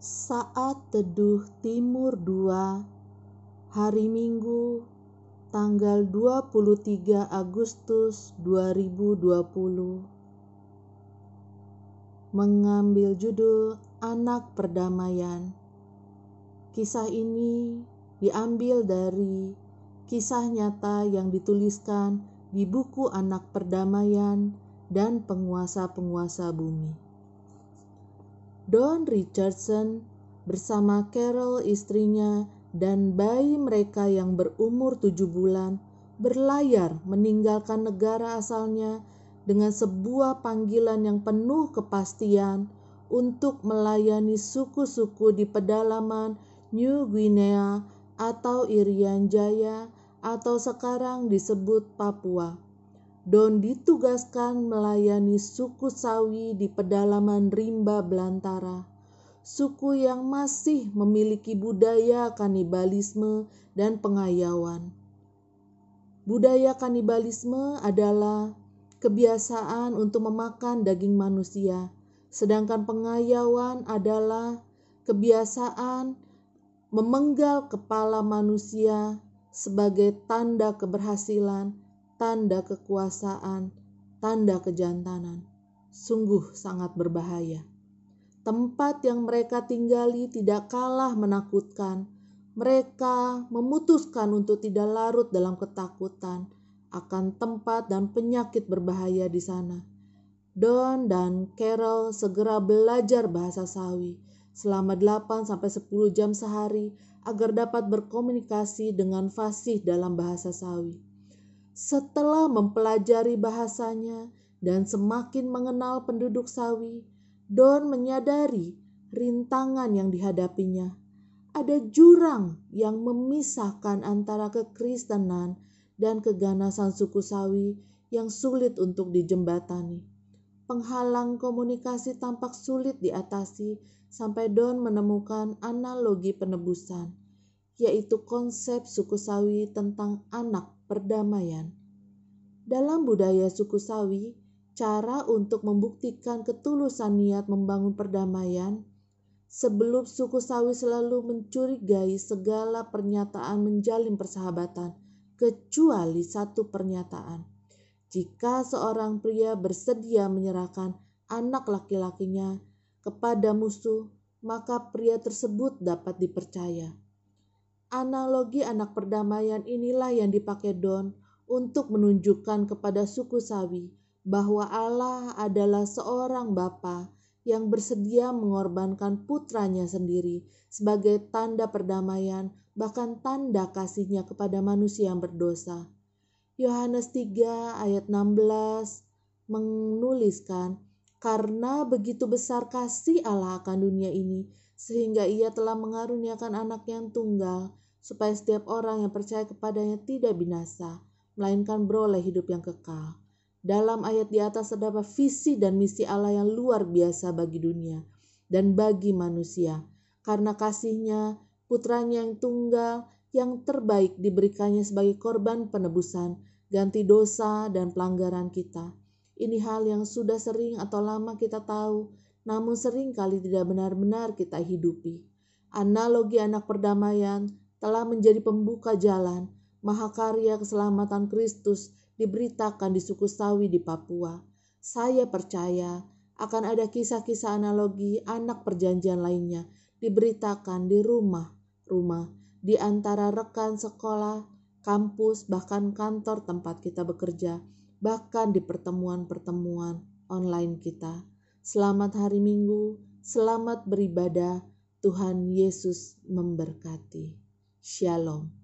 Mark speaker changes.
Speaker 1: Saat Teduh Timur 2, hari Minggu, tanggal 23 Agustus 2020. Mengambil judul Anak Perdamaian. Kisah ini diambil dari kisah nyata yang dituliskan di buku Anak Perdamaian dan Penguasa-Penguasa Bumi. Don Richardson bersama Carol istrinya dan bayi mereka yang berumur 7 bulan berlayar meninggalkan negara asalnya dengan sebuah panggilan yang penuh kepastian untuk melayani suku-suku di pedalaman New Guinea atau Irian Jaya atau sekarang disebut Papua. Don ditugaskan melayani suku Sawi di pedalaman rimba belantara, suku yang masih memiliki budaya kanibalisme dan pengayauan. Budaya kanibalisme adalah kebiasaan untuk memakan daging manusia, sedangkan pengayauan adalah kebiasaan memenggal kepala manusia sebagai tanda keberhasilan, tanda kekuasaan, tanda kejantanan. Sungguh sangat berbahaya. Tempat yang mereka tinggali tidak kalah menakutkan. Mereka memutuskan untuk tidak larut dalam ketakutan akan tempat dan penyakit berbahaya di sana. Don dan Carol segera belajar bahasa Sawi selama 8-10 jam sehari agar dapat berkomunikasi dengan fasih dalam bahasa Sawi. Setelah mempelajari bahasanya dan semakin mengenal penduduk Sawi, Don menyadari rintangan yang dihadapinya. Ada jurang yang memisahkan antara kekristenan dan keganasan suku Sawi yang sulit untuk dijembatani. Penghalang komunikasi tampak sulit diatasi sampai Don menemukan analogi penebusan, yaitu konsep suku Sawi tentang anak perdamaian. Dalam budaya suku Sawi, cara untuk membuktikan ketulusan niat membangun perdamaian, sebelum suku Sawi selalu mencurigai segala pernyataan menjalin persahabatan, kecuali satu pernyataan. Jika seorang pria bersedia menyerahkan anak laki-lakinya kepada musuh, maka pria tersebut dapat dipercaya. Analogi anak perdamaian inilah yang dipakai Don untuk menunjukkan kepada suku Sawi bahwa Allah adalah seorang bapa yang bersedia mengorbankan putranya sendiri sebagai tanda perdamaian, bahkan tanda kasihnya kepada manusia yang berdosa. Yohanes 3 ayat 16 menuliskan, "Karena begitu besar kasih Allah akan dunia ini, sehingga ia telah mengaruniakan anak yang tunggal, supaya setiap orang yang percaya kepadanya tidak binasa, melainkan beroleh hidup yang kekal." Dalam ayat di atas terdapat visi dan misi Allah yang luar biasa bagi dunia dan bagi manusia. Karena kasihnya, putranya yang tunggal, yang terbaik diberikannya sebagai korban penebusan, ganti dosa dan pelanggaran kita. Ini hal yang sudah sering atau lama kita tahu, namun seringkali tidak benar-benar kita hidupi. Analogi anak perdamaian telah menjadi pembuka jalan. Mahakarya keselamatan Kristus diberitakan di suku Sawi di Papua. Saya percaya akan ada kisah-kisah analogi anak perjanjian lainnya diberitakan di rumah-rumah, di antara rekan sekolah, kampus, bahkan kantor tempat kita bekerja, bahkan di pertemuan-pertemuan online kita. Selamat hari Minggu, selamat beribadah. Tuhan Yesus memberkati. Shalom.